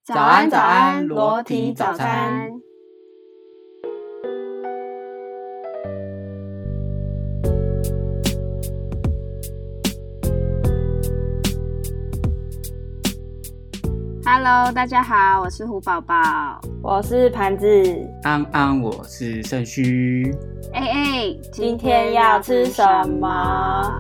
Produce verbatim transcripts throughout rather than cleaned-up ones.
早安早安，裸体早餐。 Hello， 大家好，我是胡宝宝， 我是盘子， 安安，我是盛旭。 哎哎， 今天要吃什么？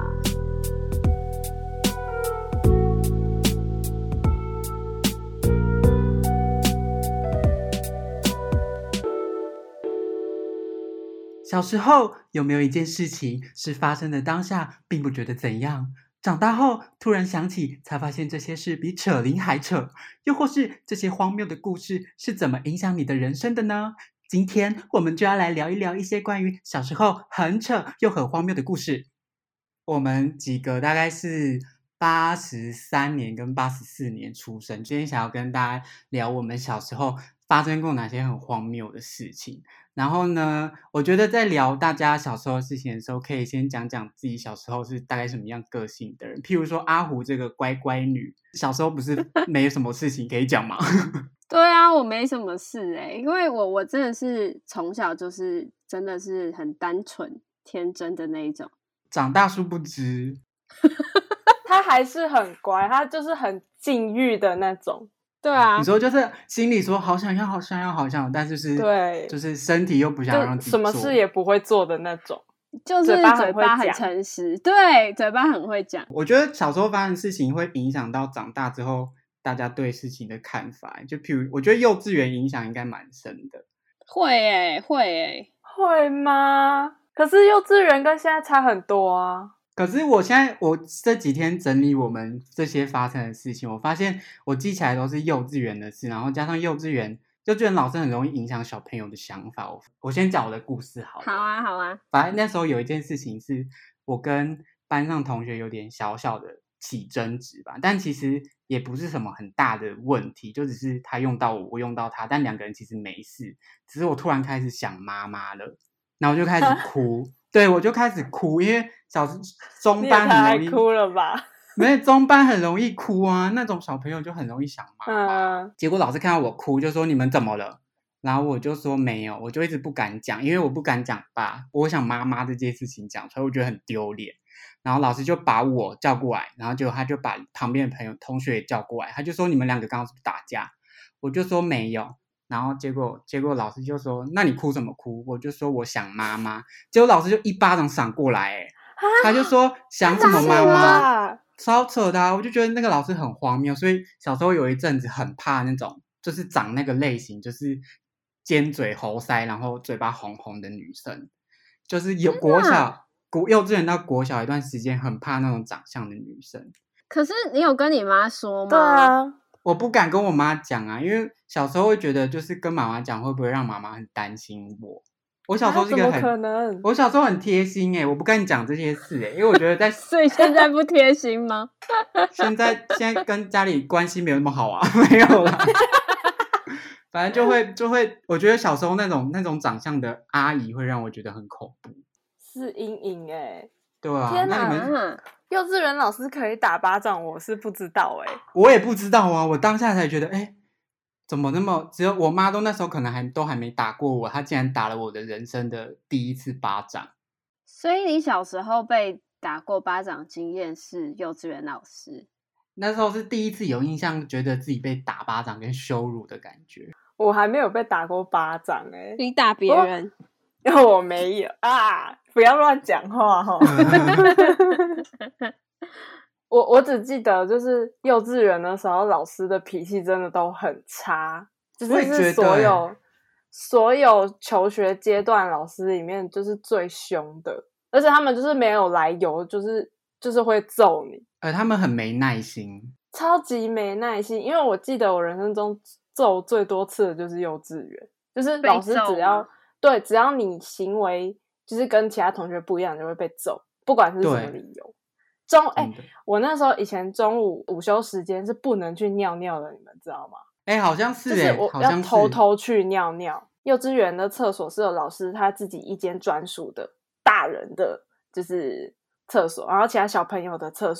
小时候有没有一件事情是发生的当下并不觉得怎样，长大后突然想起才发现这些事比扯铃还扯，又或是这些荒谬的故事是怎么影响你的人生的呢？今天我们就要来聊一聊一些关于小时候很扯又很荒谬的故事。我们几个大概是八十三年跟八十四年出生，今天想要跟大家聊我们小时候发生过哪些很荒谬的事情。然后呢，我觉得在聊大家小时候的事情的时候，可以先讲讲自己小时候是大概什么样个性的人。譬如说阿胡这个乖乖女，小时候不是没什么事情可以讲吗？ 对啊，我没什么事哎、欸，因为我我真的是从小就是真的是很单纯天真的那一种， 长大殊不知， 他还是很乖，他就是很禁欲的那种。 对啊， 你说就是心里说好想要好想要好想要，但就是对， 就是身体又不想让自己什么事也不会做的那种， 就是嘴巴很诚实，对，嘴巴很会讲。 我觉得小时候发生的事情会影响到长大之后大家对事情的看法，就譬如我觉得幼稚园影响应该蛮深的。 会诶、欸、会诶、欸、 会吗？可是幼稚园跟现在差很多啊。 可是我现在我这几天整理我们这些发生的事情，我发现我记起来都是幼稚园的事，然后加上幼稚园幼稚园老师很容易影响小朋友的想法。我我先讲我的故事好了。 好啊好啊。 反正那时候有一件事情是我跟班上同学有点小小的起争执吧，但其实也不是什么很大的问题，就只是他用到我，我用到他，但两个人其实没事，只是我突然开始想妈妈了，然后我就开始哭。对，我就开始哭，因为小中班很容易哭了吧？ 没有，中班很容易哭啊，那种小朋友就很容易想妈妈。 嗯， 结果老师看到我哭，就说你们怎么了？然后我就说没有，我就一直不敢讲，因为我不敢讲爸，我想妈妈这件事情讲出来，我觉得很丢脸。然后老师就把我叫过来，然后结果他就把旁边的朋友同学也叫过来，他就说你们两个刚刚是不是打架？我就说没有。然后结果结果老师就说那你哭什么哭？我就说我想妈妈。结果老师就一巴掌闪过来，欸，他就说想什么妈妈，超扯的啊。我就觉得那个老师很荒谬，所以小时候有一阵子很怕那种就是长那个类型，就是尖嘴猴腮然后嘴巴红红的女生，就是有国小国幼稚园到国小一段时间很怕那种长相的女生。 可是你有跟你妈说吗？ 对啊， 我不敢跟我妈讲啊，因为小时候会觉得就是跟妈妈讲会不会让妈妈很担心我。我小时候是一个很， 啊，怎么可能？ 我小时候很贴心欸，我不跟你讲这些事欸，因为我觉得在所以现在不贴心吗？ 现在现在跟家里关系没有那么好啊，没有啦。反正就会就会，我觉得小时候那种那种长相的阿姨会让我觉得很恐怖， 是阴影欸。 对啊， 天哪， 那你们幼稚园老师可以打巴掌，我是不知道欸。 我也不知道啊，我当下才觉得，哎，怎么那么只有我妈都那时候可能还都还没打过我，她竟然打了我的人生的第一次巴掌。 所以你小时候被打过巴掌经验是幼稚园老师？ 那时候是第一次有印象，觉得自己被打巴掌跟羞辱的感觉。 我还没有被打过巴掌欸。 你打别人？ 因为我没有啊！不要乱讲话哈。我我只记得就是幼稚园的时候，老师的脾气真的都很差，就是是所有所有求学阶段老师里面就是最凶的，而且他们就是没有来由，就是就是会揍你。 呃，他们很没耐心， 超级没耐心。因为我记得我人生中揍最多次的就是幼稚园，就是老师只要对只要你行为就是跟其他同学不一样，就会被揍，不管是什么理由。中哎、欸，我那时候以前中午午休时间是不能去尿尿的，你们知道吗？ 哎、欸，好像是、欸， 就是我要偷偷去尿尿。幼稚园的厕所是有老师他自己一间专属的大人的就是厕所，然后其他小朋友的厕所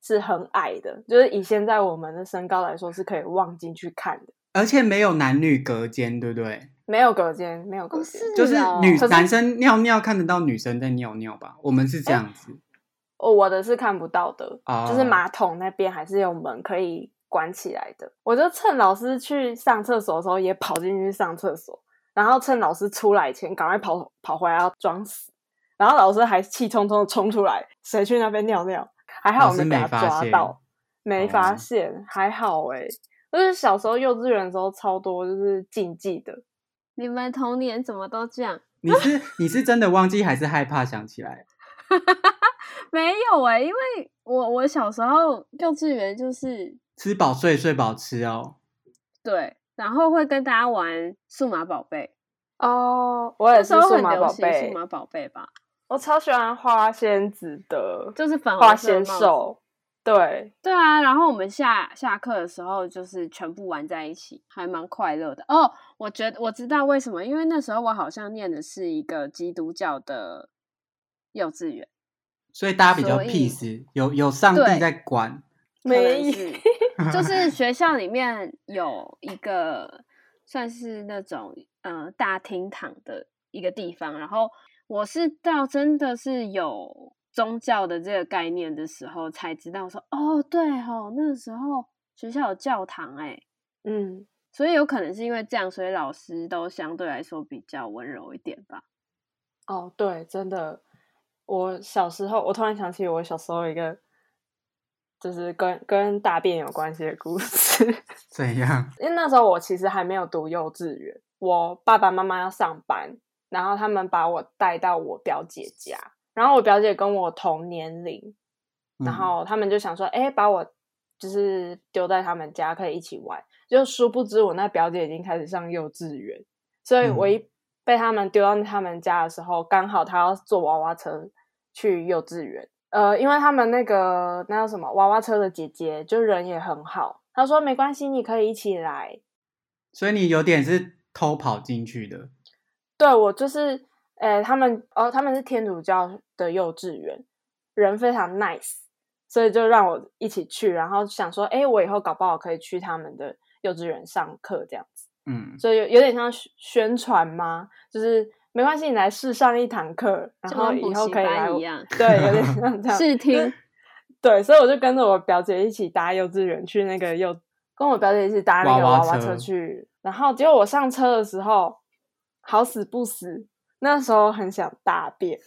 是很矮的，就是以现在我们的身高来说是可以望进去看的， 而且没有男女隔间，对不对？ 没有隔间，没有隔间， 哦就是哦女可是男生尿尿看得到女生在尿尿吧？我们是这样子。 哦，我的是看不到的， 哦就是马桶那边还是有门可以关起来的。我就趁老师去上厕所的时候也跑进去上厕所，然后趁老师出来前赶快跑跑回来要装死，然后老师还气冲冲的冲出来，谁去那边尿尿？还好我没给他抓到，没发现，哦、还好哎、欸。就是小时候幼稚园的时候超多就是禁忌的。 你们童年怎么都这样？ 你是你是真的忘记还是害怕想起来？ 没有哎、欸，因为我我小时候幼稚园就是吃饱睡，睡饱吃哦。 对，然后会跟大家玩数码宝贝哦，我也是数码宝贝， 数码宝贝吧。 我超喜欢花仙子的， 就是粉花仙兽。对对啊，然后我们下下课的时候就是全部玩在一起，还蛮快乐的哦。我觉得我知道为什么，因为那时候我好像念的是一个基督教的幼稚园， 所以大家比较 peace， 有有上帝在管。 没是，就是学校里面有一个算是那种呃大厅堂的一个地方，然后我是到真的是有宗教的这个概念的时候才知道说，哦对哦，那时候学校有教堂哎， 嗯， 所以有可能是因为这样，所以老师都相对来说比较温柔一点吧。 哦对，真的，我小时候我突然想起我小时候一个就是跟跟大便有关系的故事。 怎样？ 因为那时候我其实还没有读幼稚园，我爸爸妈妈要上班，然后他们把我带到我表姐家，然后我表姐跟我同年龄，然后他们就想说哎、欸，把我就是丢在他们家可以一起玩，就殊不知我那表姐已经开始上幼稚园，所以我一被他们丢到他们家的时候，刚好他要坐娃娃车去幼稚园，呃，因为他们那个那叫什么娃娃车的姐姐就人也很好，她说没关系，你可以一起来。 所以你有点是偷跑进去的。 对，我就是诶他们哦他们是天主教的幼稚园，人非常 nice， 所以就让我一起去，然后想说诶我以后搞不好可以去他们的幼稚园上课这样子。 嗯， 所以有有点像宣传吗？就是没关系，你来试上一堂课，然后以后可以来一样， 对，有点像这样试听。 对，所以我就跟着我表姐一起搭幼稚园去那个幼，跟我表姐一起搭那个娃娃车去，然后结果我上车的时候，好死不死，那时候很想大便，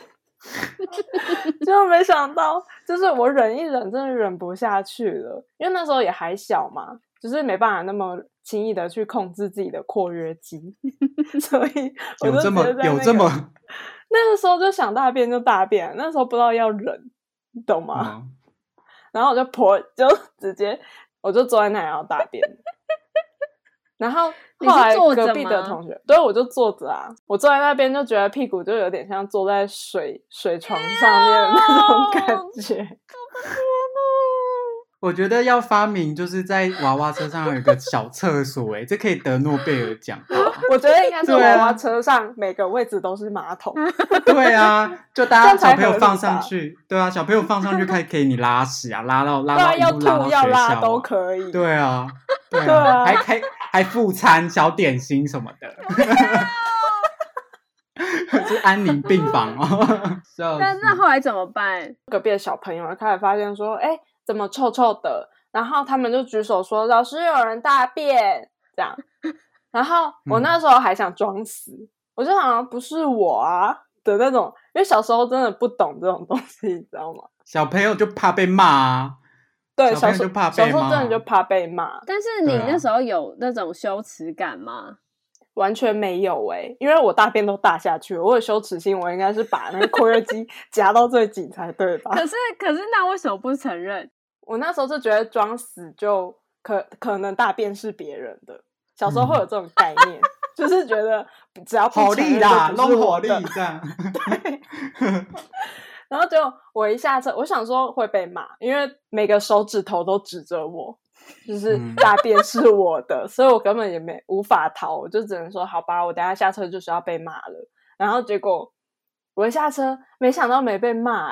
结果没想到，就是我忍一忍，真的忍不下去了，因为那时候也还小嘛，就是没办法那么轻易的去控制自己的括约肌，所以我就有这么、 那个、 有这么， 那个时候就想大便就大便，那时候不知道要忍，你懂吗？嗯、然后我就婆就直接我就坐在那里要大便，然后后来隔壁的同学，对，我就坐着啊，我坐在那边就觉得屁股就有点像坐在水水床上面的那种感觉。 我觉得要发明就是在娃娃车上有一个小厕所，哎，这可以得诺贝尔奖。 我觉得应该是娃娃车上每个位置都是马桶。 对啊，就大家小朋友放上去，对啊，小朋友放上去可以给你拉屎啊，拉到拉到一路拉到学校、啊， 要吐要拉都可以。 对啊，对啊，對啊还还还附餐小点心什么的。是安宁病房哦。 但是后来怎么办？ 隔壁的小朋友开始发现说，哎、欸，怎么臭臭的？然后他们就举手说，老师有人大便，这样。然后我那时候还想装死，嗯、我就想不是我啊的那种，因为小时候真的不懂这种东西，你知道吗？ 小朋友就怕被骂啊。 对， 小朋友就怕被骂， 小时候真的就怕被骂。 但是你那时候有那种羞耻感吗？ 完全没有诶、欸，因为我大便都大下去了，我有羞耻心，我应该是把那个括约肌夹到最紧才对吧？ 可是可是那为什么不承认？ 我那时候就觉得装死就可可能大便是别人的，小时候会有这种概念，嗯、就是觉得只要不承认就不是我的， 弄火力这样。 对。然后就我一下车，我想说会被骂，因为每个手指头都指着我。就是大便是我的、嗯、所以我根本也没无法逃，我就只能说好吧，我等一下下车就是要被骂了。然后结果我一下车没想到没被骂，哎，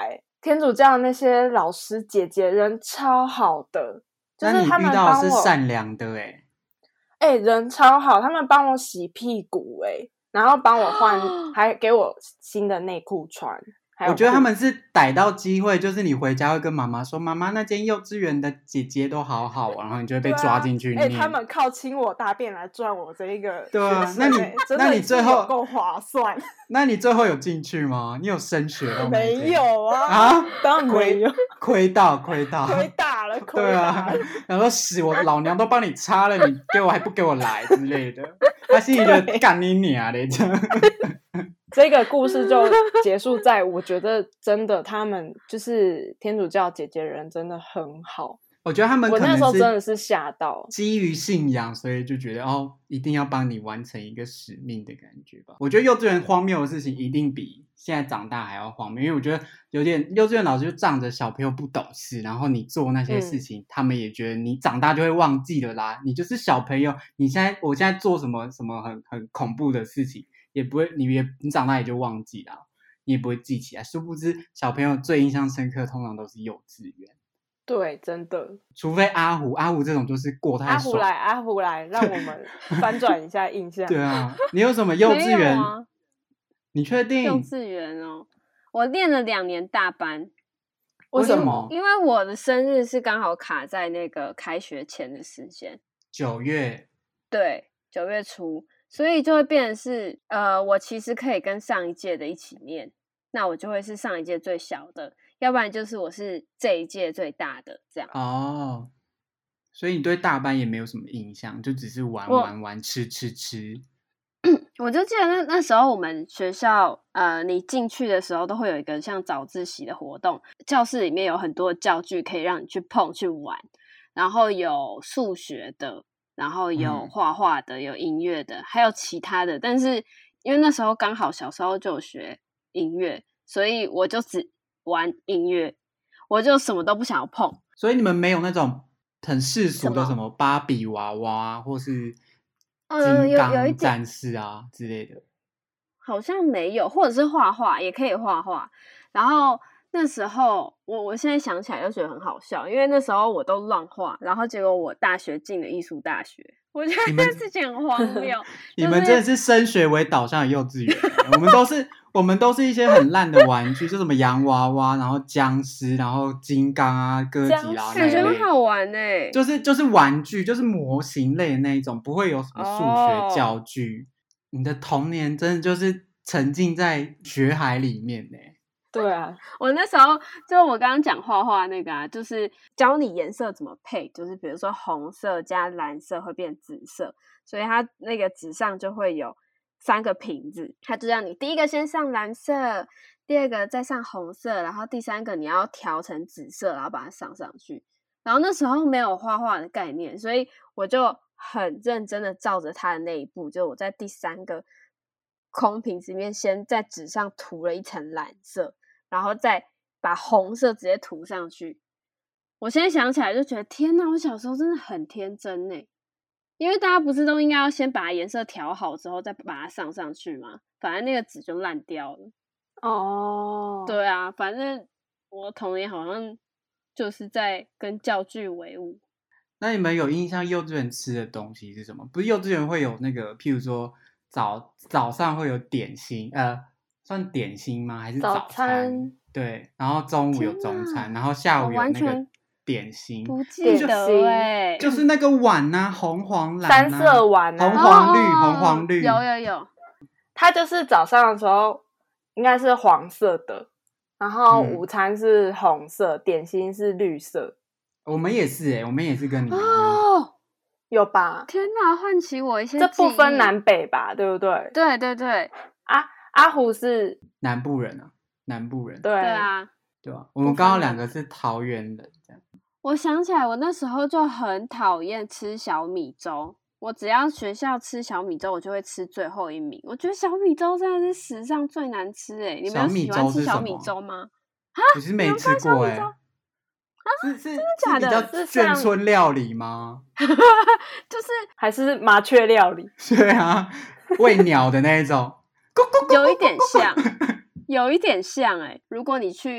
天主教那些老师姐姐人超好的，就是他们那你遇到帮我的是善良的哎， 哎、人超好，他们帮我洗屁股哎、然后帮我换，还给我新的内裤穿。 我觉得他们是逮到机会，就是你回家会跟妈妈说，妈妈那间幼稚园的姐姐都好好，然后你就会被抓进去念。 哎、啊欸，他们靠亲我大便来赚我这一个， 对啊，那你那你最后够划算。 那你最后有进去吗？你有升学到没有啊？ 啊， 当然没有， 亏到亏到亏大了，亏对啊，然后死我老娘都帮你擦了，你给我还不给我来之类的，他心里觉得干你娘的这样。 这个故事就结束在，我觉得真的他们就是天主教姐姐人真的很好。 我觉得他们可能我那时候真的是吓到， 基于信仰，所以就觉得哦，一定要帮你完成一个使命的感觉吧。我觉得幼稚园荒谬的事情一定比现在长大还要荒谬，因为我觉得有点幼稚园老师就仗着小朋友不懂事，然后你做那些事情，嗯、他们也觉得你长大就会忘记了啦。你就是小朋友，你现在我现在做什么什么很很恐怖的事情。也不会，你也你长大也就忘记了，你也不会记起来。殊不知，小朋友最印象深刻，通常都是幼稚园。 对，真的。 除非阿虎，阿虎这种就是过太爽。 阿虎来，阿虎来，让我们翻转一下印象。 对啊，你有什么幼稚园？ 啊、 你确定？ 幼稚园哦，我练了两年大班。 为什么？ 因为我的生日是刚好卡在那个开学前的时间， 九月。 对，九月初。所以就会变成是，呃，我其实可以跟上一届的一起念，那我就会是上一届最小的，要不然就是我是这一届最大的这样。 哦，所以你对大班也没有什么印象，就只是玩玩玩、吃吃吃。 我就记得那那时候我们学校，呃，你进去的时候都会有一个像早自习的活动，教室里面有很多教具可以让你去碰去玩，然后有数学的。然后有画画的、嗯、有音乐的，还有其他的，但是因为那时候刚好小时候就有学音乐，所以我就只玩音乐，我就什么都不想要碰。 所以你们没有那种很世俗的什么芭比娃娃或是金刚战士啊、呃、之类的？ 好像没有，或者是画画也可以画画。然后那时候我我现在想起来就觉得很好笑，因为那时候我都乱画，然后结果我大学进了艺术大学，我觉得这事情很荒谬。 你们真的是升学为导向的幼稚园，我们都是我们都是一些很烂的玩具，就什么洋娃娃，然后僵尸，然后金刚啊、哥吉拉， 感觉很好玩哎、欸。 就是就是玩具，就是模型类的那一种，不会有什么数学教具。Oh. 你的童年真的就是沉浸在学海里面哎、欸。 对啊， 我那时候就我刚刚讲画画那个啊，就是教你颜色怎么配，就是比如说红色加蓝色会变紫色，所以它那个纸上就会有三个瓶子，它就让你第一个先上蓝色，第二个再上红色，然后第三个你要调成紫色，然后把它上上去。然后那时候没有画画的概念，所以我就很认真的照着它的那一步，就我在第三个空瓶子里面先在纸上涂了一层蓝色，然后再把红色直接涂上去。我现在想起来就觉得天哪，我小时候真的很天真耶，因为大家不是都应该要先把颜色调好之后再把它上上去吗？反正那个纸就烂掉了。 哦， 对啊，反正我童年好像就是在跟教具为伍。 那你们有印象幼稚园吃的东西是什么？不是幼稚园会有那个，譬如说早早上会有点心，呃，算点心吗？还是早餐？ 早餐对，然后中午有中餐，然后下午有那个点心。 不记得哎， 就是那个碗啊，红黄蓝、 啊、三色碗、啊， 红黄绿， 哦、 红黄绿， 有有有。 它就是早上的时候应该是黄色的，然后午餐是红色，嗯、点心是绿色。 我们也是哎、欸，我们也是跟你们哦， 有吧？ 天哪，唤起我一些。 这不分南北吧？对不对？ 对对对。 啊，阿虎是南部人啊，南部人。 对对啊， 对啊，我们刚刚两个是桃园人，这样。 我想起来，我那时候就很讨厌吃小米粥。我只要学校吃小米粥，我就会吃最后一名。我觉得小米粥真的是史上最难吃哎、欸！你们有喜欢吃小米粥吗？啊， 我是没吃过哎、欸。是是真的假的？ 是比较眷村料理吗？ 就是还是麻雀料理？ 对啊，喂鸟的那一种， 有一点像，有一点像哎、欸。如果你去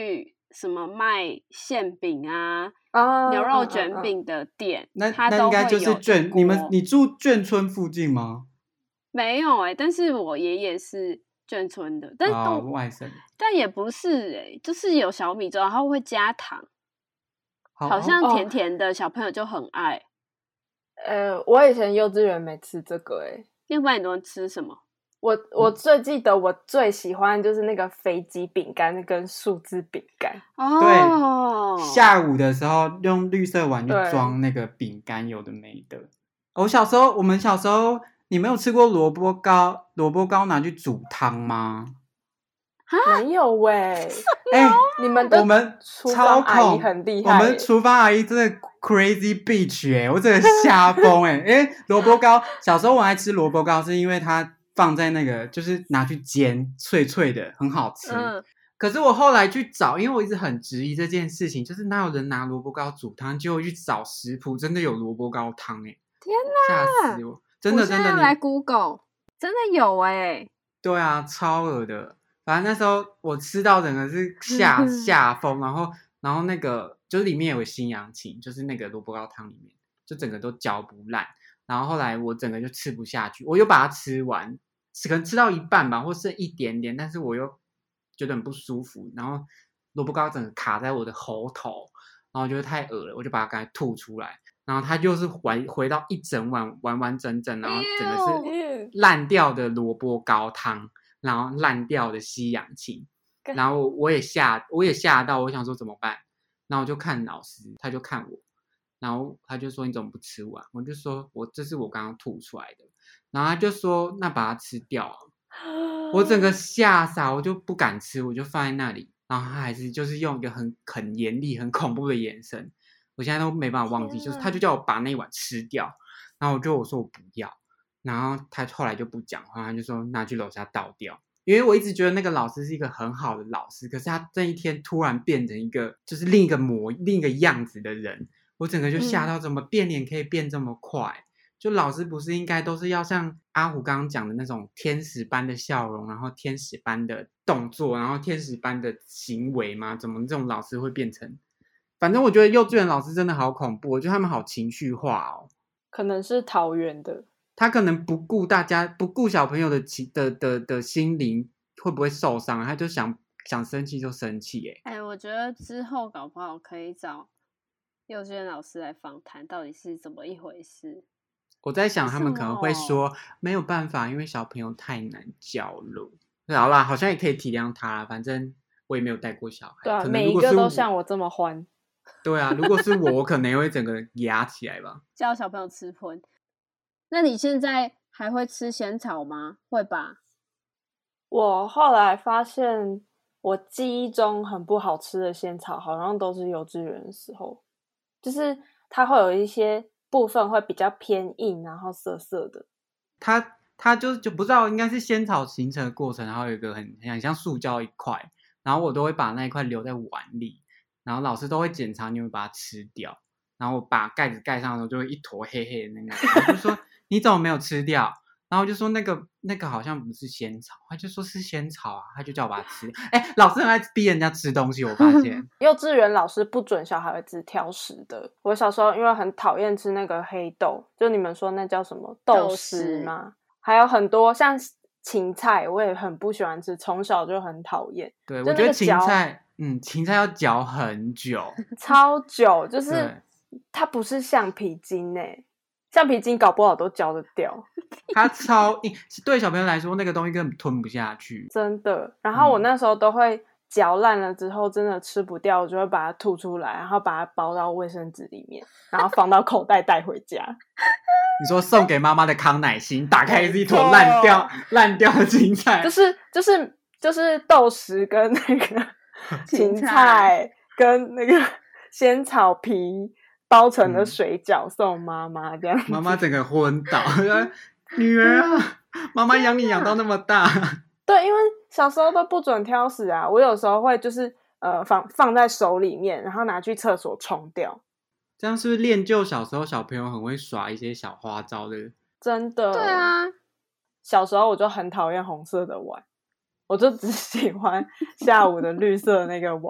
什么卖馅饼啊、 啊牛肉卷饼的店， 那它都那应该就会有是眷， 一你们锅你住眷村附近吗？ 没有哎、但是我爷爷是眷村的，但哦， 都、 外省， 但也不是哎、就是有小米粥，然后会加糖， 好好像哦甜甜的，小朋友就很爱。 呃，我以前幼稚园没吃这个诶、 要不然你都吃什么？ 我我最记得我最喜欢就是那个飞机饼干跟树枝饼干。 哦， 下午的时候用绿色碗去对装那个饼干，有的没的。我小时候，我们小时候，你没有吃过萝卜糕？萝卜糕拿去煮汤吗？ 没有喂、 哎、 你们的我们厨超房阿姨恐， 很厉我害、欸。 们厨房阿姨真的 crazy bitch 哎、我真的吓疯哎！因为萝卜糕，小时候我爱吃萝卜糕，是因为它放在那个就是拿去煎，脆脆的，很好吃。 嗯， 可是我后来去找，因为我一直很质疑这件事情，就是哪有人拿萝卜糕煮汤，结果去找食谱，真的有萝卜糕汤哎、 天吓死我！真的我现真的你在要来 Google，真的有哎、 对啊，超恶的。反正那时候我吃到整个是下下风，然后然后那个就是里面有西洋芹，就是那个萝卜糕汤里面，就整个都嚼不烂。然后后来我整个就吃不下去，我又把它吃完，可能吃到一半吧，或剩一点点，但是我又觉得很不舒服，然后萝卜糕整个卡在我的喉头，然后我觉得太恶了，我就把它赶快吐出来。然后它就是回回到一整碗完完整整，然后整个是 Ew 烂掉的萝卜糕汤，然后烂掉的西洋芹， 干然后我也吓我也吓到，我想说怎么办？然后我就看老师，他就看我，然后他就说你怎么不吃完？我就说我这是我刚刚吐出来的，然后他就说那把它吃掉啊。我整个吓傻，我就不敢吃，我就放在那里，然后他还是就是用一个很很严厉、很恐怖的眼神，我现在都没办法忘记， 天啊就是他就叫我把那一碗吃掉，然后我就我说我不要，然后他后来就不讲话，他就说拿去楼下倒掉。因为我一直觉得那个老师是一个很好的老师，可是他这一天突然变成一个就是另一个模、另一个样子的人，我整个就吓到，怎么变脸可以变这么快？就老师不是应该都是要像阿虎刚刚讲的那种天使般的笑容，然后天使般的动作，然后天使般的行为吗？怎么这种老师会变成？反正我觉得幼稚园老师真的好恐怖，我觉得他们好情绪化哦。 可能是桃园的。 他可能不顾大家，不顾小朋友的情的的的心灵会不会受伤，他就想想生气就生气耶。 哎、我觉得之后搞不好可以找幼稚园老师来访谈，到底是怎么一回事？ 我在想为什他们可能会么说没有办法，因为小朋友太难教了。好啦，好像也可以体谅他啦，反正我也没有带过小孩。 对啊， 可能每一个如果是我都像我这么欢。 对啊，如果是我，我可能也会整个压起来吧。 教小朋友吃荤。那你现在还会吃仙草吗？会吧？ 我后来发现，我记忆中很不好吃的仙草，好像都是幼稚园的时候，就是它会有一些部分会比较偏硬，然后涩涩的。 它它就就不知道应该是仙草形成的过程，然后有一个很很像塑胶一块，然后我都会把那一块留在碗里，然后老师都会检查你有没有把它吃掉，然后我把盖子盖上的时候就会一坨黑黑的那个，然后就说你怎么没有吃掉？然后我就说那个那个好像不是仙草，他就说是仙草啊，他就叫我把它吃。哎，老师很爱逼人家吃东西，我发现。 幼稚园老师不准小孩子挑食的。我小时候因为很讨厌吃那个黑豆，就你们说那叫什么豆豉吗？还有很多像芹菜，我也很不喜欢吃，从小就很讨厌。 对， 就我觉得芹那个嚼菜，嗯，芹菜要嚼很久， 超久，就是对它不是橡皮筋欸，橡皮筋搞不好都嚼得掉， 它超硬，对小朋友来说那个东西根本吞不下去。 真的。然后我嗯那时候都会嚼烂了之后，真的吃不掉，我就会把它吐出来，然后把它包到卫生纸里面，然后放到口袋带回家。 你说送给妈妈的康乃馨，打开是一坨烂掉烂掉的芹菜， 就是就是就是豆豉跟那个芹芹菜菜跟那个仙草皮包成的嗯水饺送妈妈这样子。 妈妈整个昏倒。女儿啊，妈妈养你养到那么大， 对，因为小时候都不准挑食啊，我有时候会就是呃放放在手里面，然后拿去厕所冲掉。 这样是不是练就小时候小朋友很会耍一些小花招的？ 真的。 对啊， 小时候我就很讨厌红色的碗，我就只喜欢下午的绿色的那个碗。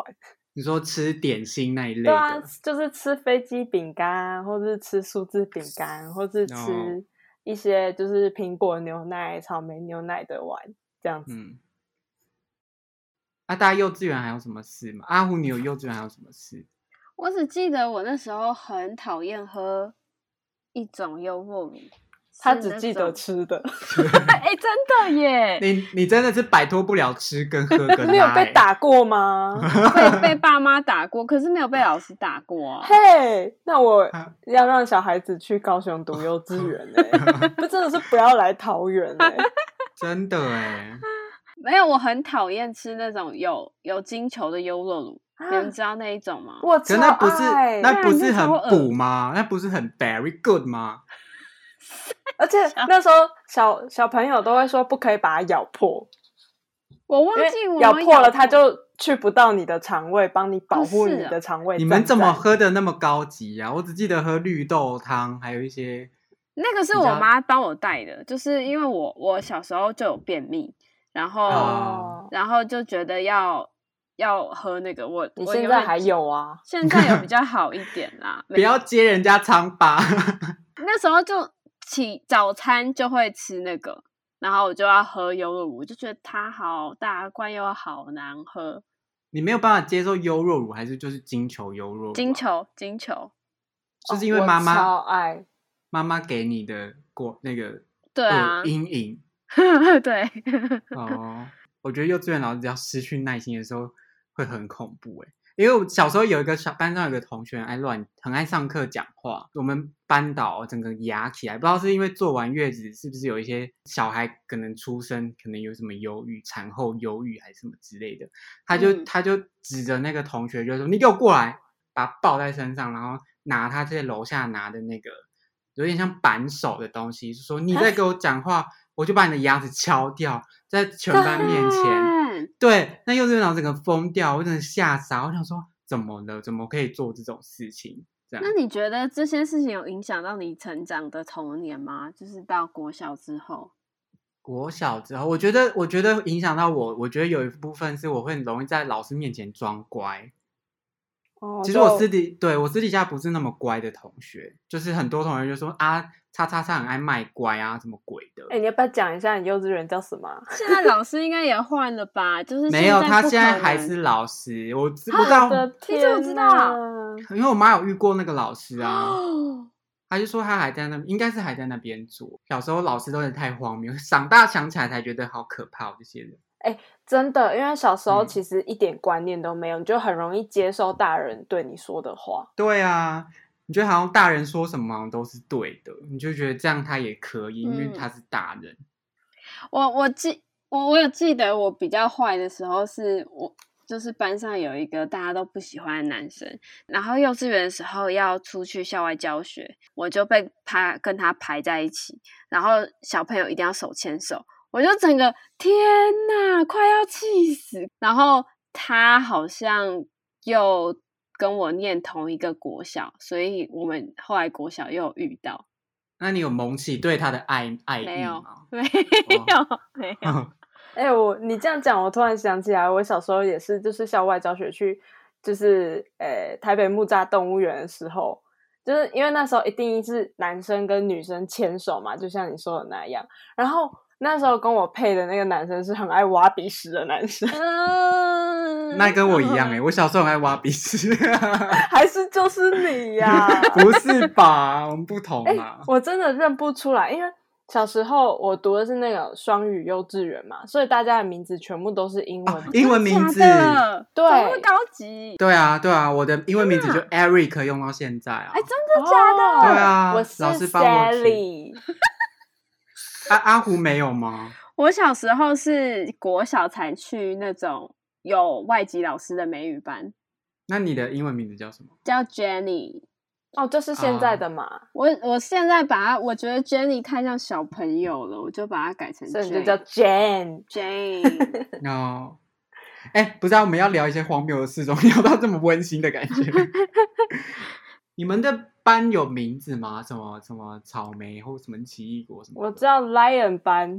你说吃点心那一类的？ 对啊，就是吃飞机饼干，或是吃数字饼干，或是吃一些就是苹果牛奶、草莓牛奶的碗这样子。 嗯，啊，大家幼稚园还有什么事吗？阿虎，你有幼稚园还有什么事？ 我只记得我那时候很讨厌喝一种优酪乳， 他只记得吃的。 哎、欸，真的耶！ 你你真的是摆脱不了吃跟喝跟拉、欸。 你有被打过吗？ 被被爸妈打过，可是没有被老师打过啊。 嘿、hey, 那我要让小孩子去高雄读幼稚园哎，这真的是不要来桃园哎， 真的哎。 没有，我很讨厌吃那种有有金球的优酪乳。你们知道那一种吗？ 我可那不是那不是很补吗？那不是很 very good 吗？ 而且那时候小小朋友都会说不可以把它咬破， 我忘记我咬破了它就去不到你的肠胃，帮你保护你的肠胃。 你们怎么喝的那么高级啊？我只记得喝绿豆汤，还有一些那个是我妈帮我带的，就是因为我我小时候就有便秘，然后、哦、然后就觉得要。要喝那个我， 你现在还有啊？ 现在有比较好一点啦。 不要接人家疮疤。 那时候就起早餐就会吃那个，然后我就要喝优酪乳，我就觉得它好大罐又好难喝。 你没有办法接受优酪乳，还是就是金球优酪乳、啊？ 金球，金球， 就是因为妈妈、 哦、超爱妈妈给你的过那个对啊阴影。 对哦，我觉得幼稚园老师只要失去耐心的时候。会很恐怖哎、欸，因为我小时候有一个小班上有一个同学很爱乱，很爱上课讲话，我们班导整个压起来，不知道是因为做完月子是不是有一些小孩可能出生可能有什么忧郁，产后忧郁还是什么之类的，他就、嗯、他就指着那个同学就说：“你给我过来！”把他抱在身上，然后拿他在楼下拿的那个有点像扳手的东西，就说：“你再给我讲话，我就把你的牙齿敲掉，在全班面前。”对，那幼稚园老师整个疯掉，我真的吓傻，我想说怎么了？怎么可以做这种事情？这样， 那你觉得这些事情有影响到你成长的童年吗？就是到国小之后？ 国小之后，我觉得，我觉得影响到我，我觉得有一部分是我会很容易在老师面前装乖。哦，其实我私底对我私底下不是那么乖的同学，就是很多同学就说啊，叉叉叉很爱卖乖啊，什么鬼的。 哎、欸，你要不要讲一下你幼稚园叫什么？ 现在老师应该也换了吧？就是没有，他现在还是老师。我不知道， 你怎么知道？ 因为我妈有遇过那个老师啊，他就说他还在那，应该是还在那边做。小时候老师都是太荒谬，长大想起来才觉得好可怕，这些人。 哎、欸，真的，因为小时候其实一点观念都没有，嗯、你就很容易接受大人对你说的话。 对啊，你觉得好像大人说什么都是对的，你就觉得这样他也可以， 嗯、 因为他是大人。 我我记我我有记得我比较坏的时候是我就是班上有一个大家都不喜欢的男生，然后幼稚园的时候要出去校外教学，我就被他跟他排在一起，然后小朋友一定要手牵手。我就整个天哪，快要气死！然后他好像又跟我念同一个国小，所以我们后来国小又有遇到。 那你有萌起对他的爱爱意吗？ 没有，哦、没有，没有。 哎、欸，我你这样讲，我突然想起来，我小时候也是，就是校外教学去，就是呃台北木栅动物园的时候，就是因为那时候一定是男生跟女生牵手嘛，就像你说的那样，然后。那时候跟我配的那个男生是很爱挖鼻屎的男生， 嗯， 那跟我一样哎、欸，我小时候很爱挖鼻屎， 还是就是你呀、啊？ 不是吧？我们不同嘛、 欸。我真的认不出来，因为小时候我读的是那个双语幼稚园嘛，所以大家的名字全部都是英文，哦、 英文名字， 对， 这么高级。 对啊，对啊，我的英文名字就 Eric 用到现在啊。 哎、欸，真的假的？ 哦、 对啊， 我是老师帮我取。啊、阿胡没有吗？ 我小时候是国小才去那种有外籍老师的美语班。 那你的英文名字叫什么？ 叫 Jenny。 哦，这是现在的嘛？啊、 我我现在把它，我觉得 Jenny 太像小朋友了，我就把它改成 Jane， 所以就叫 Jane Jane。 哦，哎，不知道我们要聊一些荒谬的事，怎么聊到这么温馨的感觉？你们的班有名字吗？什么什么草莓或什么奇异果什么？ 我知道 Lion 班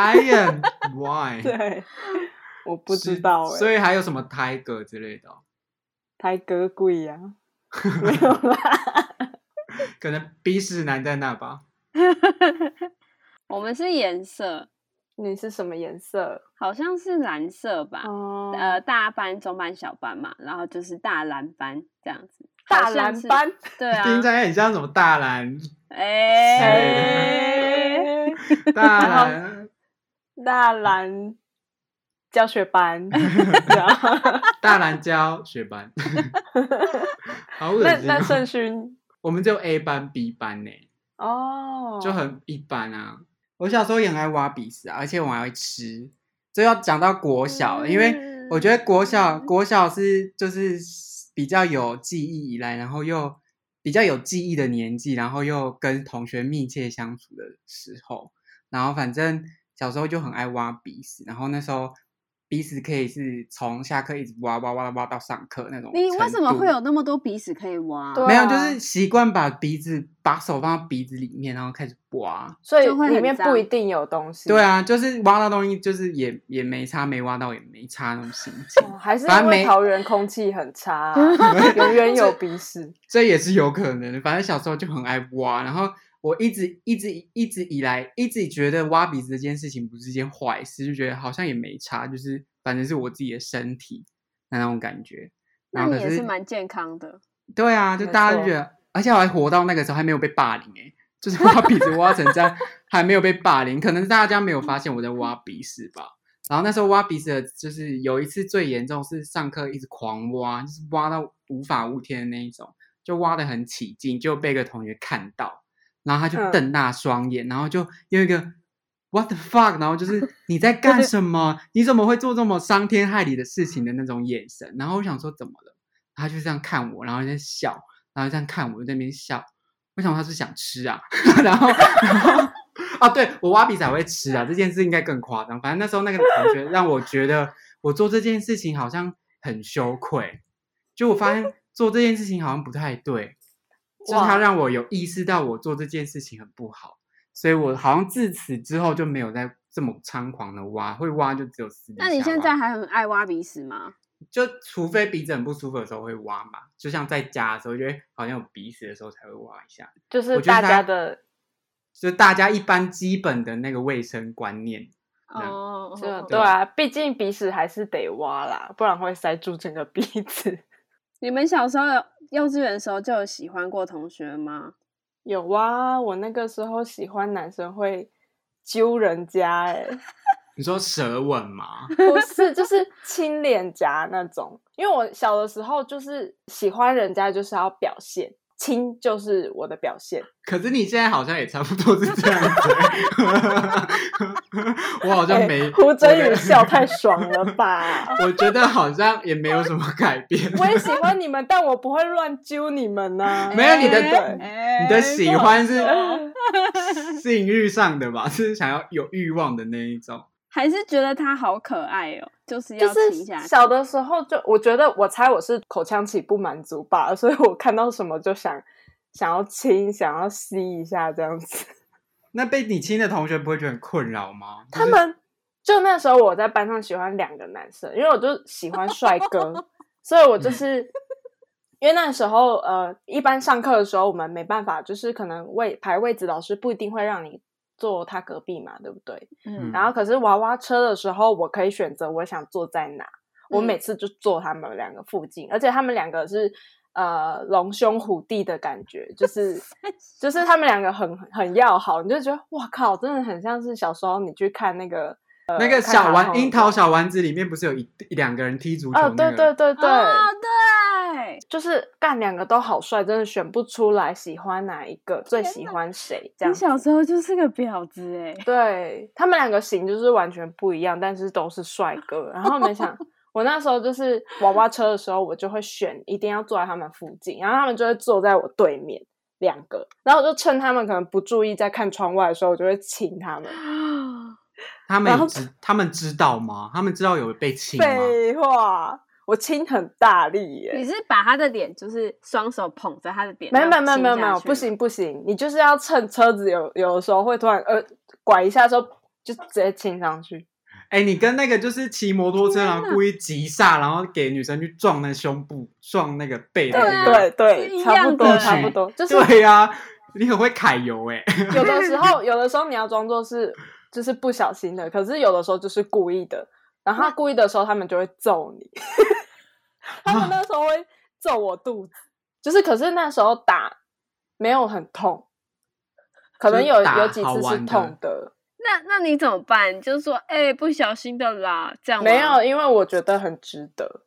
，Lion Why？ 对，我不知道哎、欸。 所以还有什么 Tiger 之类的、哦？ 台哥贵呀、啊，没有啦， 可能鼻屎男在那吧。 我们是颜色， 你是什么颜色？ 好像是蓝色吧？ 哦， 呃，大班、中班、小班嘛，然后就是大蓝班这样子。 大蓝班， 对啊， 听起来很像什么大蓝， 哎、 欸， 大蓝， 大蓝教学班， 大蓝教学班，好恶心、哦。 那那盛勋， 我们只有 A 班、B 班呢， 哦， 就很一般啊。我小时候也很爱挖鼻屎啊，而且我还会吃。这要讲到国小了，因为我觉得国小国小是就是比较有记忆以来，然后又比较有记忆的年纪，然后又跟同学密切相处的时候，然后反正小时候就很爱挖鼻屎，然后那时候鼻屎可以是从下课一直挖挖挖挖到上课那种。 你为什么会有那么多鼻屎可以挖？ 对啊、 没有，就是习惯把鼻子把手放到鼻子里面，然后开始挖， 所以里面不一定有东西。 对啊，就是挖到东西，就是也也没差，没挖到也没差那种心情。 哦、还是因为桃园空气很差、啊，永远有鼻屎， 这也是有可能的。反正小时候就很爱挖，然后我一直一直一直以来一直觉得挖鼻子这件事情不是一件坏事，就觉得好像也没差，就是反正是我自己的身体那种感觉。 那你也是蛮健康的。 对啊，就大家就觉得，而且我还活到那个时候还没有被霸凌哎、欸，就是挖鼻子挖成这样还没有被霸凌，可能大家没有发现我在挖鼻屎吧。然后那时候挖鼻屎的就是有一次最严重是上课一直狂挖，就是挖到无法无天的那一种，就挖得很起劲，就被一个同学看到，然后他就瞪大双眼、嗯、然后就用一个 what the fuck， 然后就是你在干什么你怎么会做这么伤天害理的事情的那种眼神。然后我想说怎么了，他就这样看我，然后在笑，然后这样看我在那边笑，我想他是想吃啊然后然后啊，对，我挖鼻子还会吃啊，这件事应该更夸张。反正那时候那个同学让我觉得我做这件事情好像很羞愧，就我发现做这件事情好像不太对，就是他让我有意识到我做这件事情很不好，所以我好像自此之后就没有再这么猖狂的挖，会挖就只有私底下挖。 那你现在还很爱挖鼻屎吗？ 就除非鼻子很不舒服的时候会挖嘛，就像在家的时候，觉得好像有鼻屎的时候才会挖一下， 就是大家的， 就是大家一般基本的那个卫生观念。 哦， 对, 对啊，毕竟鼻屎还是得挖啦，不然会塞住整个鼻子。 你们小时候幼稚园的时候就有喜欢过同学吗？ 有啊，我那个时候喜欢男生会揪人家哎、欸。 你说舌吻吗？ 不是，就是亲脸颊那种。因为我小的时候就是喜欢人家就是要表现，亲就是我的表现。 可是你现在好像也差不多是这样子、欸、我好像没、 欸、胡真宇笑太爽了吧我觉得好像也没有什么改变。 我也喜欢你们，但我不会乱揪你们啊。 没有，你的、 欸、 你的喜欢是性欲上的吧，是想要有欲望的那一种， 还是觉得他好可爱哦，就是要亲下去。 就是小的时候就我觉得，我猜我是口腔期不满足吧，所以我看到什么就想想要亲，想要吸一下这样子。 那被你亲的同学不会觉得很困扰吗？ 他们就那时候我在班上喜欢两个男生，因为我就喜欢帅哥，所以我就是因为那时候呃，一般上课的时候我们没办法，就是可能位排位置，老师不一定会让你坐他隔壁嘛，对不对？嗯。然后可是娃娃车的时候，我可以选择我想坐在哪，我每次就坐他们两个附近，嗯、而且他们两个是呃龙兄虎弟的感觉，就是就是他们两个很很要好，你就觉得哇靠，真的很像是小时候你去看那个呃那个小丸樱桃小丸子里面不是有一一两个人踢足球、那個？ 哦，对对对对， 哦对， 就是干两个都好帅，真的选不出来喜欢哪一个，最喜欢谁这样。 你小时候就是个婊子哎！ 对，他们两个型就是完全不一样，但是都是帅哥。然后没想我那时候就是娃娃车的时候，我就会选一定要坐在他们附近，然后他们就会坐在我对面两个，然后我就趁他们可能不注意在看窗外的时候，我就会亲他们。 他们知他们知道吗？他们知道有被亲吗？ 废话，我亲很大力耶！ 你是把他的脸就是双手捧在他的脸？ 没有没有没有没有没有，不行不行，你就是要趁车子有有的时候会突然呃拐一下的时候就直接亲上去。 哎、欸，你跟那个就是骑摩托车，然后故意急刹，然后给女生去撞那胸部、撞那个背的那个，对对对，差不多差不多，就是对呀、啊，你很会揩油哎、欸。 有的时候，有的时候你要装作是就是不小心的，可是有的时候就是故意的。然后他故意的时候，他们就会揍你。他们那时候会揍我肚子，就是可是那时候打没有很痛，可能有有几次是痛的。 那那你怎么办？就是说，哎、欸，不小心的啦，这样吗？ 没有，因为我觉得很值得。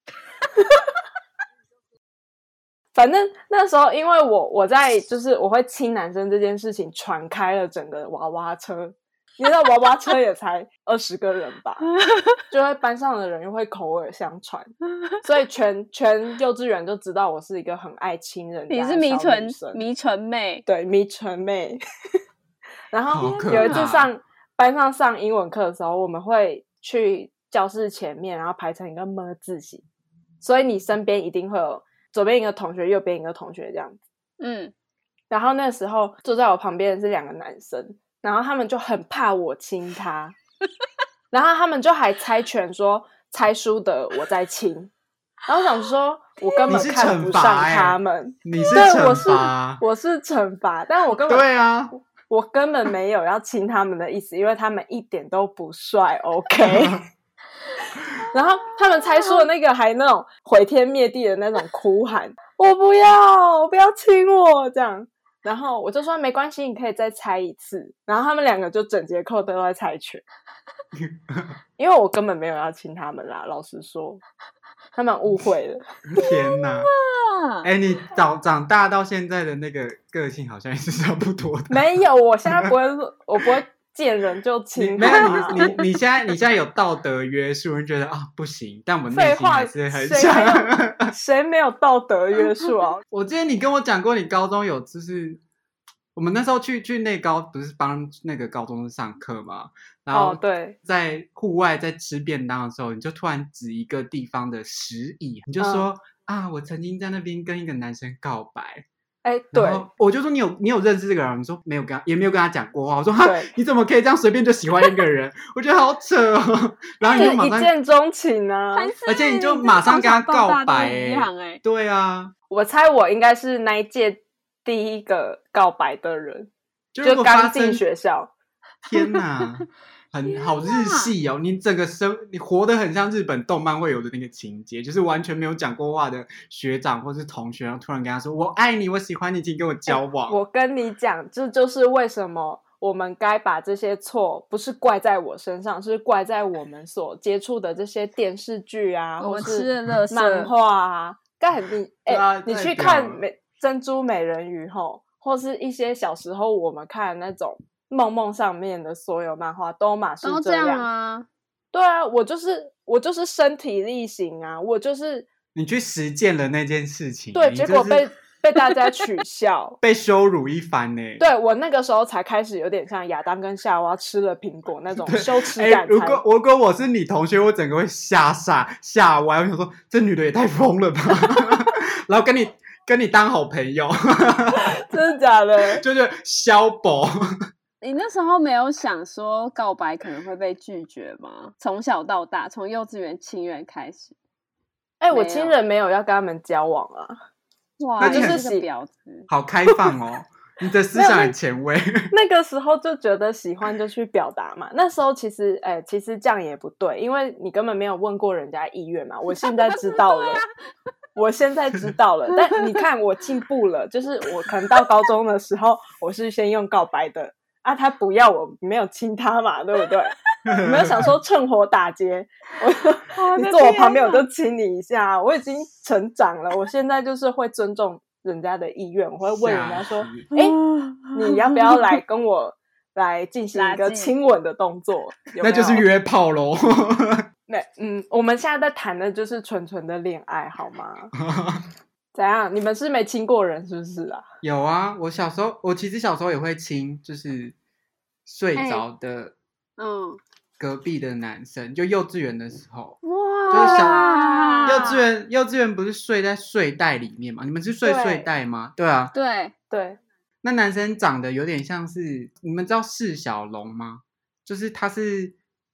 反正那时候，因为我我在就是我会亲男生这件事情传开了整个娃娃车，你知道娃娃车也才二十个人吧，就会班上的人又会口耳相传，所以全全幼稚园就知道我是一个很爱亲人家的小女生。 你是迷唇迷唇妹， 对，迷唇妹。然后有一次上班上上英文课的时候，我们会去教室前面，然后排成一个么字形，所以你身边一定会有左边一个同学，右边一个同学这样子。嗯，然后那时候坐在我旁边的是两个男生，然后他们就很怕我亲他，然后他们就还猜拳说猜输的我在亲，然后我想说我根本看不上他们， 你是惩罚， 我是惩罚，但我根本对啊。 我根本没有要亲他们的意思，因为他们一点都不帅 OK 然后他们猜输的那个还那种毁天灭地的那种哭喊我不要我不要亲我这样，然后我就说没关系你可以再猜一次，然后他们两个就整节课都在猜拳因为我根本没有要亲他们啦，老实说他们误会了天哪哎、欸，你长长大到现在的那个个性好像也是差不多的。 没有，我现在不会，我不会见人就亲。 没有，你你你现在你现在有道德约束，你觉得啊不行，但我们内心还是很想。 谁没有道德约束啊？ 我记得你跟我讲过，你高中有就是我们那时候去去内高，不是帮那个高中生上课嘛？然后对， 在户外在吃便当的时候，你就突然指一个地方的石椅，你就说。嗯啊！我曾经在那边跟一个男生告白， 哎、欸，对， 我就说你有你有认识这个人？你说没有跟他，也没有跟他讲过话。我说哈，你怎么可以这样随便就喜欢一个人？我觉得好扯哦。然后你就马上一见钟情啊， 而且你就马上跟他告白、欸， 哎， 对啊， 我猜我应该是那一届第一个告白的人， 就, 就刚进学校。 天哪！很好日系哦，你整个生你活得很像日本动漫会有的那个情节，就是完全没有讲过话的学长或是同学，然后突然跟他说我爱你，我喜欢你，请跟我交往。 欸、我跟你讲，这就是为什么我们该把这些错不是怪在我身上，是怪在我们所接触的这些电视剧啊，或是漫画啊。干你哎、欸啊，你去看美珍珠美人鱼吼，或是一些小时候我们看的那种。梦梦上面的所有漫画都嘛是这样， 这样啊？ 对啊，我就是我就是身体力行啊，我就是你去实践了那件事情， 对，结果被被大家取笑， 被羞辱一番呢、欸。 对，我那个时候才开始有点像亚当跟夏娃吃了苹果那种羞耻感、欸。 如果如果我是你同学，我整个会吓傻吓歪，我想说这女的也太疯了吧，然后跟你跟你当好朋友， 真的假的？ 就是消薄。 你那时候没有想说告白可能会被拒绝吗？从小到大，从幼稚园亲人开始。 哎、欸，我亲人没有要跟他们交往啊。 哇， 那就是个婊子， 好开放哦！你的思想很前卫。 那個时候就觉得喜欢就去表达嘛。那时候其实，哎、欸，其实这样也不对，因为你根本没有问过人家意愿嘛。我现在知道了。我现在知道了，但你看我进步了，就是我可能到高中的时候，我是先用告白的。啊，他不要我没有亲他嘛，对不对？我没有想说趁火打劫，我你坐我旁边我就亲你一下。我已经成长了，我现在就是会尊重人家的意愿，我会问人家说：“哎、欸，你要不要来跟我来进行一个亲吻的动作？”有沒有那就是约炮咯。 那嗯，我们现在在谈的就是纯纯的恋爱，好吗？怎样？你们是没亲过人是不是啊？ 有啊，我小时候，我其实小时候也会亲，就是睡着的，嗯，隔壁的男生，就幼稚园的时候，哇，就是小幼稚园，幼稚园不是睡在睡袋里面吗？你们是睡睡袋吗？对啊， 对对。 那男生长得有点像是，你们知道释小龙吗？就是他是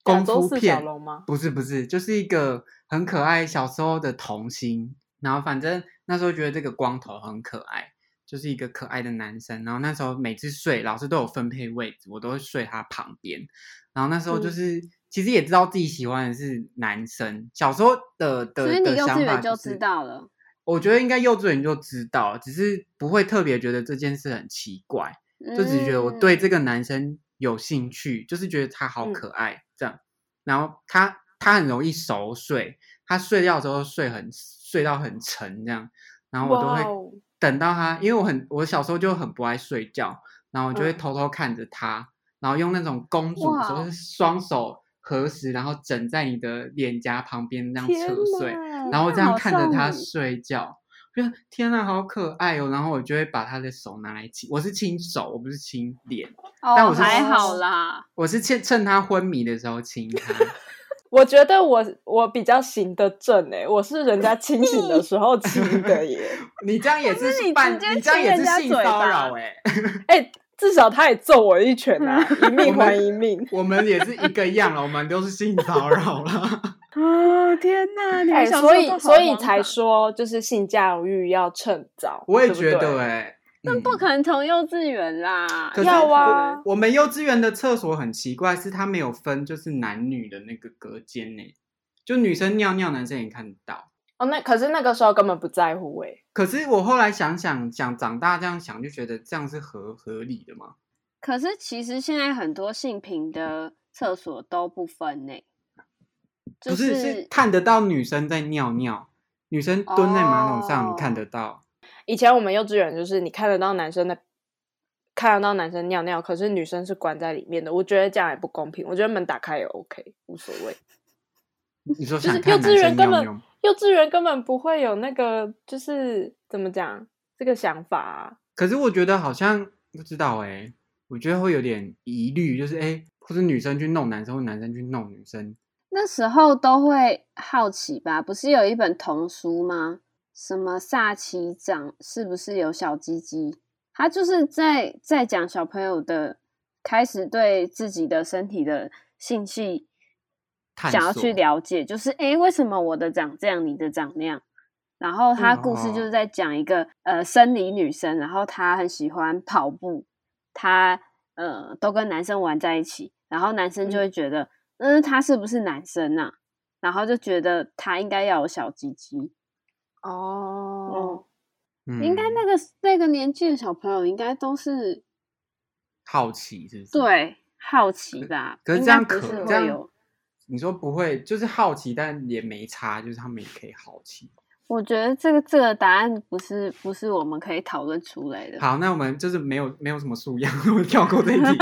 功夫四片小龙吗？ 不是不是，就是一个很可爱小时候的童星，然后反正那时候觉得这个光头很可爱，就是一个可爱的男生，然后那时候每次睡老师都有分配位置，我都会睡他旁边，然后那时候就是、嗯、其实也知道自己喜欢的是男生，小时候的的所以你幼稚园就知道了， 我觉得应该幼稚园就知道，只是不会特别觉得这件事很奇怪，就只是觉得我对这个男生有兴趣，就是觉得他好可爱、嗯、这样，然后他他很容易熟睡，他睡觉的时候睡很睡到很沉这样，然后我都会等到他，因为我很我小时候就很不爱睡觉，然后我就会偷偷看着他、嗯、然后用那种公主就是双手合十，然后枕在你的脸颊旁边这样侧睡，然后这样看着他睡觉，我觉得天哪好可爱哦，然后我就会把他的手拿来亲，我是亲手我不是亲脸、 哦、 但我是还好啦， 我是趁趁他昏迷的时候亲他我觉得我我比较行得正诶、欸，我是人家清醒的时候亲的耶。 你这样也是半，你这样也是性骚扰诶。 哎，至少他也揍我一拳啊，一命还一命。 我们也是一个样了，我们都是性骚扰了。 哦天哪！你们小时候所以所以才说就是性教育要趁早。 我也觉得哎、欸。 那不可能从幼稚园啦， 要啊！ 我们幼稚园的厕所很奇怪，是它没有分就是男女的那个隔间呢，就女生尿尿，男生也看得到。 哦，那可是那个时候根本不在乎哎、欸。 可是我后来想想，想长大这样想，就觉得这样是合合理的吗？ 可是其实现在很多性平的厕所都不分呢、欸， 就是、不是是看得到女生在尿尿，女生蹲在马桶上，哦、你看得到。 以前我们幼稚园就是你看得到男生的，看得到男生尿尿，可是女生是关在里面的。我觉得这样也不公平。我觉得门打开也 OK， 无所谓。 你说想看男生尿尿，就是幼稚园根本幼稚园根本不会有那个，就是怎么讲这个想法啊。 可是我觉得好像不知道哎、欸，我觉得会有点疑虑，就是哎、欸，或者女生去弄男生，或男生去弄女生， 那时候都会好奇吧？不是有一本童书吗？什么萨奇长是不是有小鸡鸡？他就是在在讲小朋友的开始对自己的身体的性器想要去了解，就是诶为什么我的长这样，你的长那样？然后他故事就是在讲一个、嗯、呃生理女生，然后她很喜欢跑步，她呃都跟男生玩在一起，然后男生就会觉得嗯他是不是男生啊？然后就觉得他应该要有小鸡鸡。 哦， 嗯，应该那个那个年纪的小朋友应该都是好奇，是不是？ 对，好奇吧。 可是这样可这样，你说不会，就是好奇，但也没差，就是他们也可以好奇。 我觉得这个这个答案不是不是我们可以讨论出来的。 好，那我们就是没有没有什么素养，我们跳过这一题。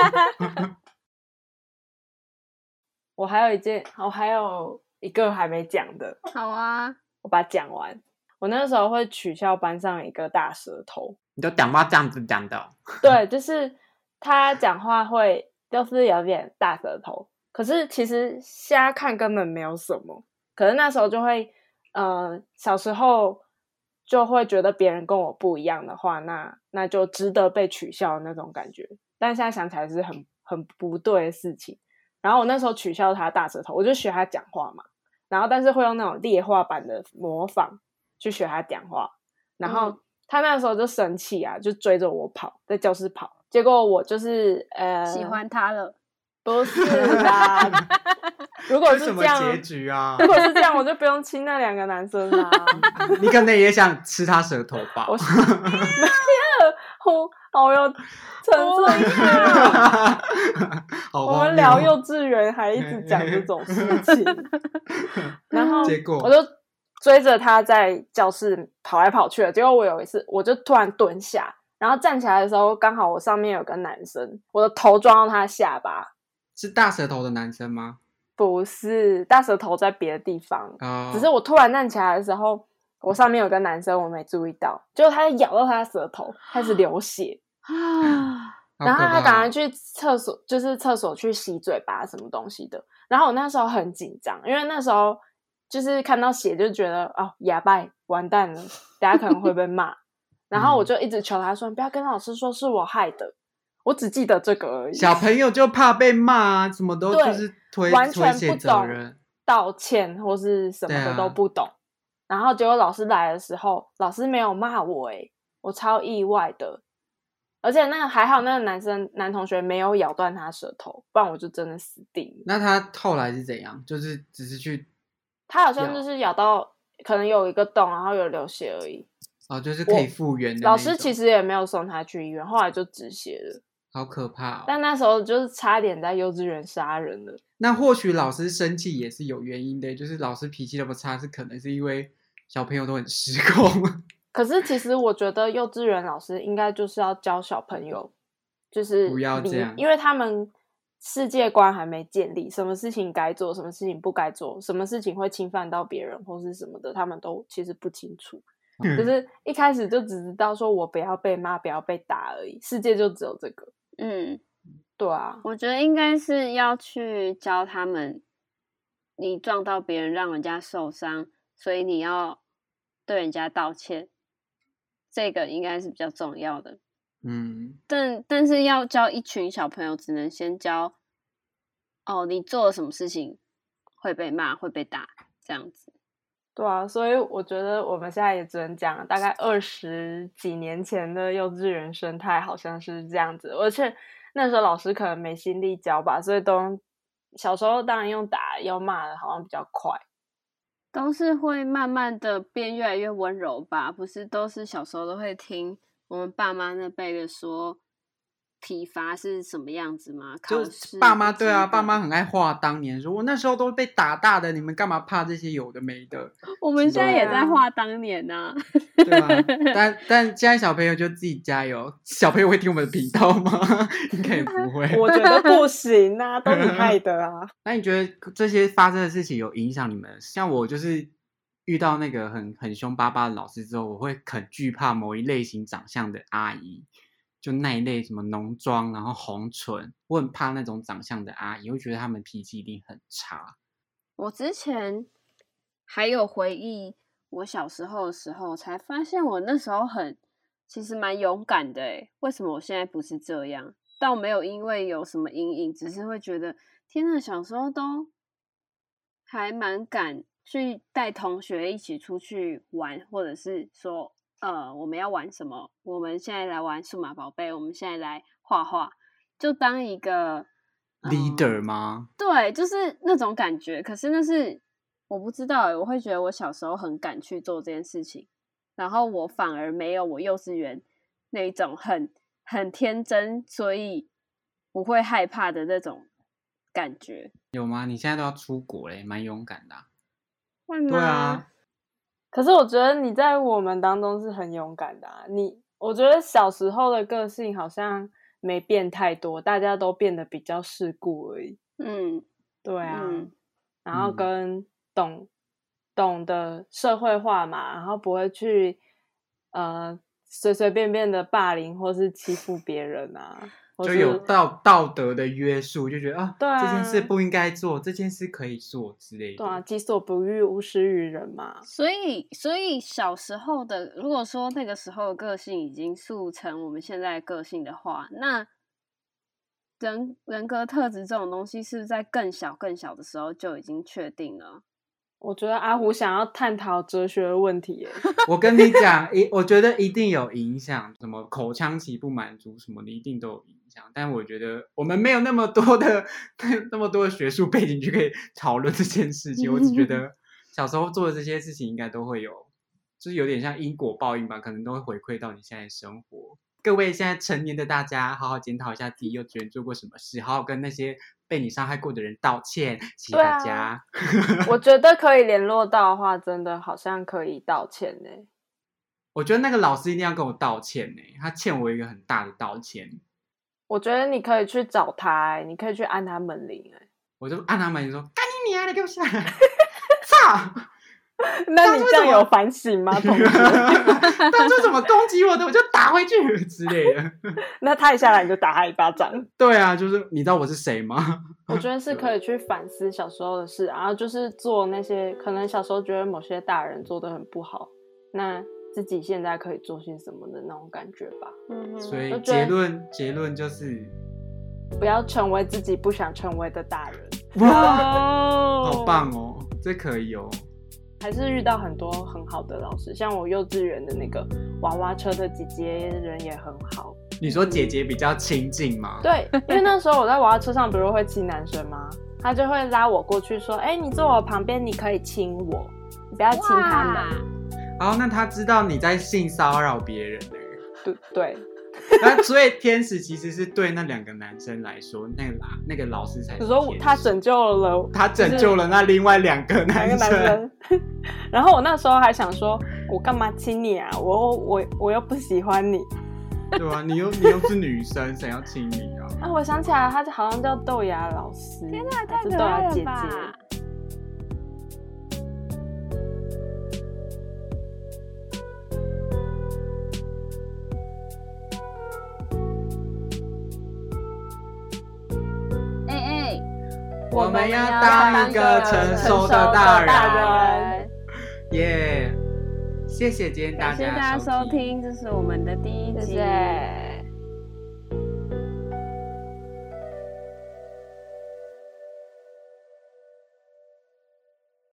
我还有一件，我还有一个还没讲的。 好啊， 我把它讲完。我那个时候会取笑班上一个大舌头。 你就讲话这样子讲的？ 对，就是他讲话会就是有点大舌头，可是其实瞎看根本没有什么。可是那时候就会，呃，小时候就会觉得别人跟我不一样的话，那那就值得被取笑的那种感觉。但现在想起来是很很不对的事情。然后我那时候取笑他大舌头，我就学他讲话嘛，然后但是会用那种劣化版的模仿去学他讲话，然后他那时候就生气啊，就追着我跑，在教室跑，结果我就是呃喜欢他了， 不是啦。如果是这样结局啊， 如果是这样，我就不用亲那两个男生啦。 你可能也想吃他舌头吧？ 我没有，我好有层次感。我们聊幼稚园还一直讲这种事情，然后结果我就追着他在教室跑来跑去了。结果我有一次，我就突然蹲下，然后站起来的时候，刚好我上面有个男生，我的头撞到他下巴。 是大舌头的男生吗？ 不是，大舌头在别的地方。 哦、 只是我突然站起来的时候，我上面有个男生，我没注意到，结果他咬到他的舌头，开始流血啊。然后他赶快去厕所，就是厕所去洗嘴巴什么东西的。然后我那时候很紧张，因为那时候就是看到血就觉得哦，哑巴完蛋了，大家可能会被骂。然后我就一直求他说，你不要跟老师说是我害的。 我只记得这个而已。 小朋友就怕被骂啊，什么都就是推完全推卸不懂责任， 道歉或是什么的都不懂。啊、然后结果老师来的时候，老师没有骂我、欸，我超意外的。而且那个还好，那个男生男同学没有咬断他舌头，不然我就真的死定了。 那他后来是怎样？就是只是去， 他好像就是咬到可能有一个洞，然后有流血而已。 哦，就是可以复原的那种。 老师其实也没有送他去医院，后来就止血了。 好可怕哦！ 但那时候就是差点在幼稚园杀人了。 那或许老师生气也是有原因的，就是老师脾气那么差，是可能是因为小朋友都很失控。 可是其实我觉得幼稚园老师应该就是要教小朋友，就是不要这样， 因为他们世界观还没建立，什么事情该做，什么事情不该做，什么事情会侵犯到别人或是什么的，他们都其实不清楚。 嗯、 就是一开始就只知道说我不要被骂，不要被打而已，世界就只有这个。 嗯， 对啊， 我觉得应该是要去教他们，你撞到别人让人家受伤，所以你要对人家道歉，这个应该是比较重要的。 嗯， 但但是要教一群小朋友，只能先教哦，你做了什么事情会被骂会被打这样子。 对啊，所以我觉得我们现在也只能讲大概二十几年前的幼稚园生态好像是这样子，而且那时候老师可能没心力教吧，所以都小时候当然用打用骂的好像比较快， 都是会慢慢的变越来越温柔吧，不是都是小时候都会听我们爸妈那辈的说体罚是什么样子吗？考试爸妈对啊，爸妈很爱话当年说我那时候都被打大的，你们干嘛怕这些有的没的？ 我们现在也在话当年啊， 对啊，但但现在小朋友就自己加油。小朋友会听我们的频道吗？应该也不会。 我觉得不行啊，都你害的啊。 那你觉得这些发生的事情有影响你们？像我就是遇到那个很很凶巴巴的老师之后，我会很惧怕某一类型长相的阿姨。就那一类什么浓妆然后红唇，我很怕那种长相的阿姨，我觉得他们脾气一定很差。 我之前还有回忆我小时候的时候，才发现我那时候很其实蛮勇敢的耶，为什么我现在不是这样？倒没有因为有什么阴影，只是会觉得天哪，小时候都还蛮敢去带同学一起出去玩，或者是说呃，我们要玩什么？我们现在来玩数码宝贝，我们现在来画画，就当一个、 呃、leader 吗？ 对，就是那种感觉。可是那是我不知道耶，我会觉得我小时候很敢去做这件事情，然后我反而没有我幼稚园那种很很天真，所以不会害怕的那种感觉。 有吗？你现在都要出国嘞，蛮勇敢的、啊。 会吗？ 对啊。 可是我觉得你在我们当中是很勇敢的啊！你我觉得小时候的个性好像没变太多，大家都变得比较世故而已。 嗯， 对啊， 嗯、 然后跟懂、嗯、懂得社会化嘛，然后不会去呃随随便便的霸凌或是欺负别人啊。 就有道道德的约束，就觉得 啊, 啊， 这件事不应该做，这件事可以做之类的。 对啊，己所不欲，勿施于人嘛。 所以，所以小时候的，如果说那个时候的个性已经塑成我们现在的个性的话，那人人格特质这种东西，是不是在更小更小的时候就已经确定了？ 我觉得阿虎想要探讨哲学的问题耶。 我跟你讲，我觉得一定有影响，什么口腔期不满足什么的，一定都有影响。但我觉得我们没有那么多的那么多的学术背景去可以讨论这件事情。我只觉得小时候做的这些事情应该都会有，就是有点像因果报应吧，可能都会回馈到你现在的生活。各位现在成年的大家，好好检讨一下自己幼稚园做过什么事，好好跟那些被你伤害过的人道歉，谢谢大家。啊、 我觉得可以联络到的话，真的好像可以道歉呢。 我觉得那个老师一定要跟我道歉呢，他欠我一个很大的道歉。 我觉得你可以去找他，你可以去按他门铃。 我就按他门铃说：“干你娘的，给我下来！”操！ 那你这样有反省吗，同学？ 当初怎么攻击我的，我就打回去之类的。 那他一下来你就打他一巴掌。 对啊，就是你知道我是谁吗？ 我觉得是可以去反思小时候的事，然后就是做那些可能小时候觉得某些大人做得很不好，那自己现在可以做些什么的那种感觉吧。 嗯， 所以结论结论就是不要成为自己不想成为的大人。 哇，好棒哦，这可以哦。 还是遇到很多很好的老师，像我幼稚园的那个娃娃车的姐姐人也很好。 你说姐姐比较亲近吗？ 对，因为那时候我在娃娃车上，比如会亲男生嘛，他就会拉我过去说：“哎、欸，你坐我旁边，你可以亲我，你不要亲他们。” 哦，那他知道你在性骚扰别人呢？ 对对。 那所以天使其实是对那两个男生来说，那个那个老师才是天使。 你说他拯救了， 他拯救了那另外两个男生。 两个男生然后我那时候还想说，我干嘛亲你啊？我我我又不喜欢你。 对啊，你又你又是女生，谁要亲你啊？ 啊，我想起来，他好像叫豆芽老师。 天哪，太可爱了吧！ 我们要当一个成熟的大人，耶！ yeah, 谢谢今天大家感谢大家收听，这是我们的第一集。 谢谢。